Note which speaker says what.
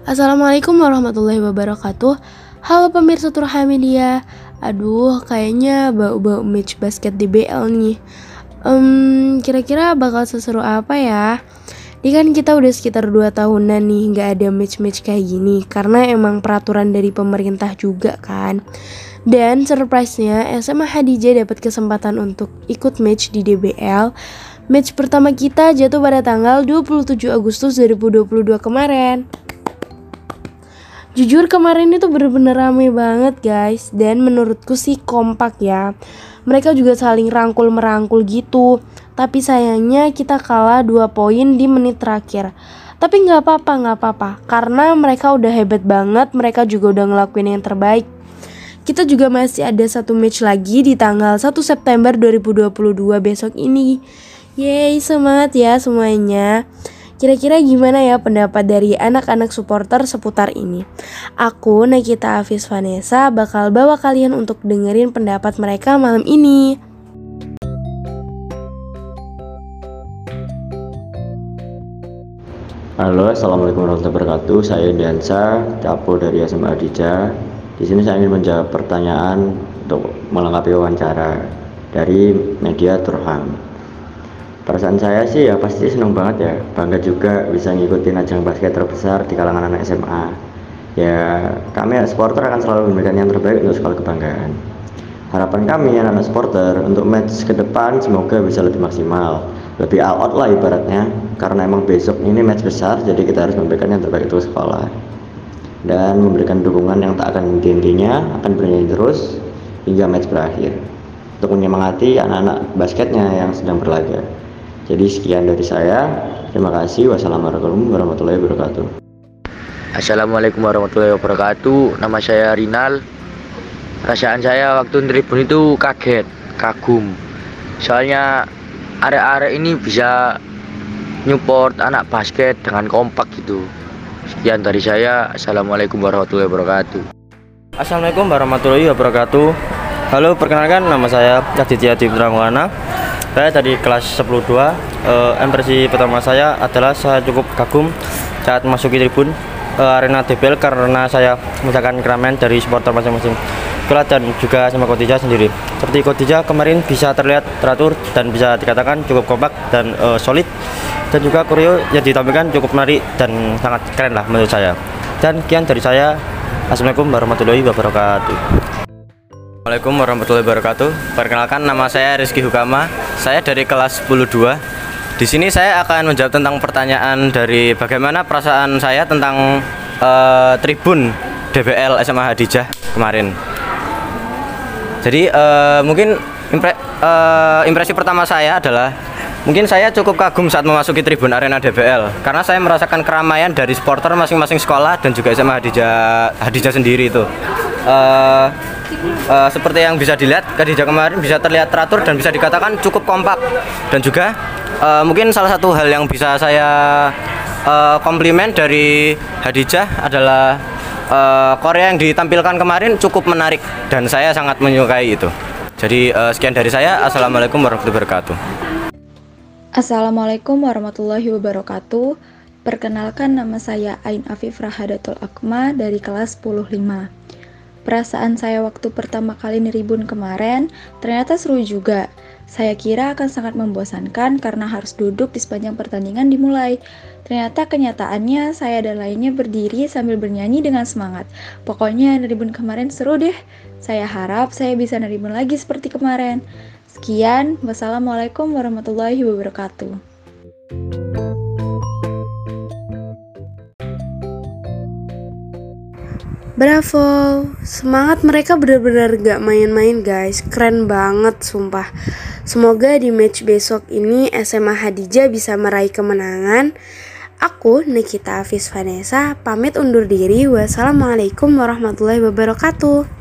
Speaker 1: Assalamualaikum warahmatullahi wabarakatuh. Halo pemirsa Turha Media. Aduh, kayaknya bau-bau match basket DBL nih. Kira-kira bakal seseru apa ya? Ini kan kita udah sekitar 2 tahunan nih gak ada match-match kayak gini, karena emang peraturan dari pemerintah juga kan. Dan surprise-nya SMA Hadijah dapat kesempatan untuk ikut match di DBL. Match pertama kita jatuh pada tanggal 27 Agustus 2022 kemarin. Jujur kemarin itu bener-bener rame banget guys. Dan menurutku sih kompak ya. Mereka juga saling rangkul-merangkul gitu. Tapi sayangnya kita kalah 2 poin di menit terakhir. Tapi gak apa-apa, karena mereka udah hebat banget. Mereka juga udah ngelakuin yang terbaik. Kita juga masih ada 1 match lagi di tanggal 1 September 2022 besok ini. Yeay, semangat ya semuanya. Kira-kira gimana ya pendapat dari anak-anak supporter seputar ini? Aku, Nikita Afis Vanessa, bakal bawa kalian untuk dengerin pendapat mereka malam ini.
Speaker 2: Halo, assalamualaikum warahmatullahi wabarakatuh. Saya Diansa, capo dari SMA Hadijah. Di sini saya ingin menjawab pertanyaan untuk melengkapi wawancara dari media Turham. Perasaan saya sih ya pasti senang banget ya, bangga juga bisa ngikutin ajang basket terbesar di kalangan anak SMA. Ya, kami supporter akan selalu memberikan yang terbaik untuk sekolah kebanggaan. Harapan kami anak-anak supporter untuk match ke depan semoga bisa lebih maksimal, lebih all out lah ibaratnya, karena emang besok ini match besar, jadi kita harus memberikan yang terbaik untuk sekolah dan memberikan dukungan yang tak akan henti-hentinya, akan bernyanyi terus hingga match berakhir untuk menyemangati anak-anak basketnya yang sedang berlaga. Jadi sekian dari saya, terima kasih. Wassalamualaikum warahmatullahi wabarakatuh.
Speaker 3: Assalamualaikum warahmatullahi wabarakatuh. Nama saya Rinal. Perasaan saya waktu tribun itu kaget, kagum. Soalnya arek-arek ini bisa nyupport anak basket dengan kompak gitu. Sekian dari saya. Assalamualaikum warahmatullahi wabarakatuh.
Speaker 4: Assalamualaikum warahmatullahi wabarakatuh. Halo, perkenalkan nama saya Aditya Diptra Maulana. Saya dari kelas 10-2. Impresi pertama saya adalah saya cukup kagum saat memasuki tribun arena DBL karena saya merasakan keramaian dari supporter masing-masing sekolah dan juga sama Khadijah sendiri. Seperti Khadijah kemarin bisa terlihat teratur dan bisa dikatakan cukup kompak dan solid, dan juga koreo yang ditampilkan cukup menarik dan sangat keren lah menurut saya. Dan sekian dari saya. Assalamualaikum warahmatullahi wabarakatuh.
Speaker 5: Assalamualaikum warahmatullahi wabarakatuh. Perkenalkan, nama saya Rizky Hukama. Saya dari kelas 10-2. Di sini saya akan menjawab tentang pertanyaan dari bagaimana perasaan saya tentang tribun DBL SMA Hadijah kemarin. Jadi mungkin impresi pertama saya adalah mungkin saya cukup kagum saat memasuki tribun arena DBL karena saya merasakan keramaian dari supporter masing-masing sekolah dan juga SMA Hadijah sendiri itu. Seperti yang bisa dilihat, Hadijah kemarin bisa terlihat teratur dan bisa dikatakan cukup kompak. Dan juga mungkin salah satu hal yang bisa saya komplimen dari Hadijah adalah Korea yang ditampilkan kemarin cukup menarik dan saya sangat menyukai itu. Jadi sekian dari saya. Assalamualaikum warahmatullahi wabarakatuh.
Speaker 6: Assalamualaikum warahmatullahi wabarakatuh. Perkenalkan, nama saya Ain Afif Rahadatul Akma dari kelas 10-5. Perasaan saya waktu pertama kali niribun kemarin ternyata seru juga. Saya kira akan sangat membosankan karena harus duduk di sepanjang pertandingan dimulai. Ternyata kenyataannya saya dan lainnya berdiri sambil bernyanyi dengan semangat. Pokoknya niribun kemarin seru deh. Saya harap saya bisa niribun lagi seperti kemarin. Sekian, wassalamualaikum warahmatullahi wabarakatuh.
Speaker 1: Bravo, semangat mereka benar-benar gak main-main guys. Keren banget sumpah. Semoga di match besok ini SMA Hadijah bisa meraih kemenangan. Aku Nikita Afis Vanessa pamit undur diri. Wassalamualaikum warahmatullahi wabarakatuh.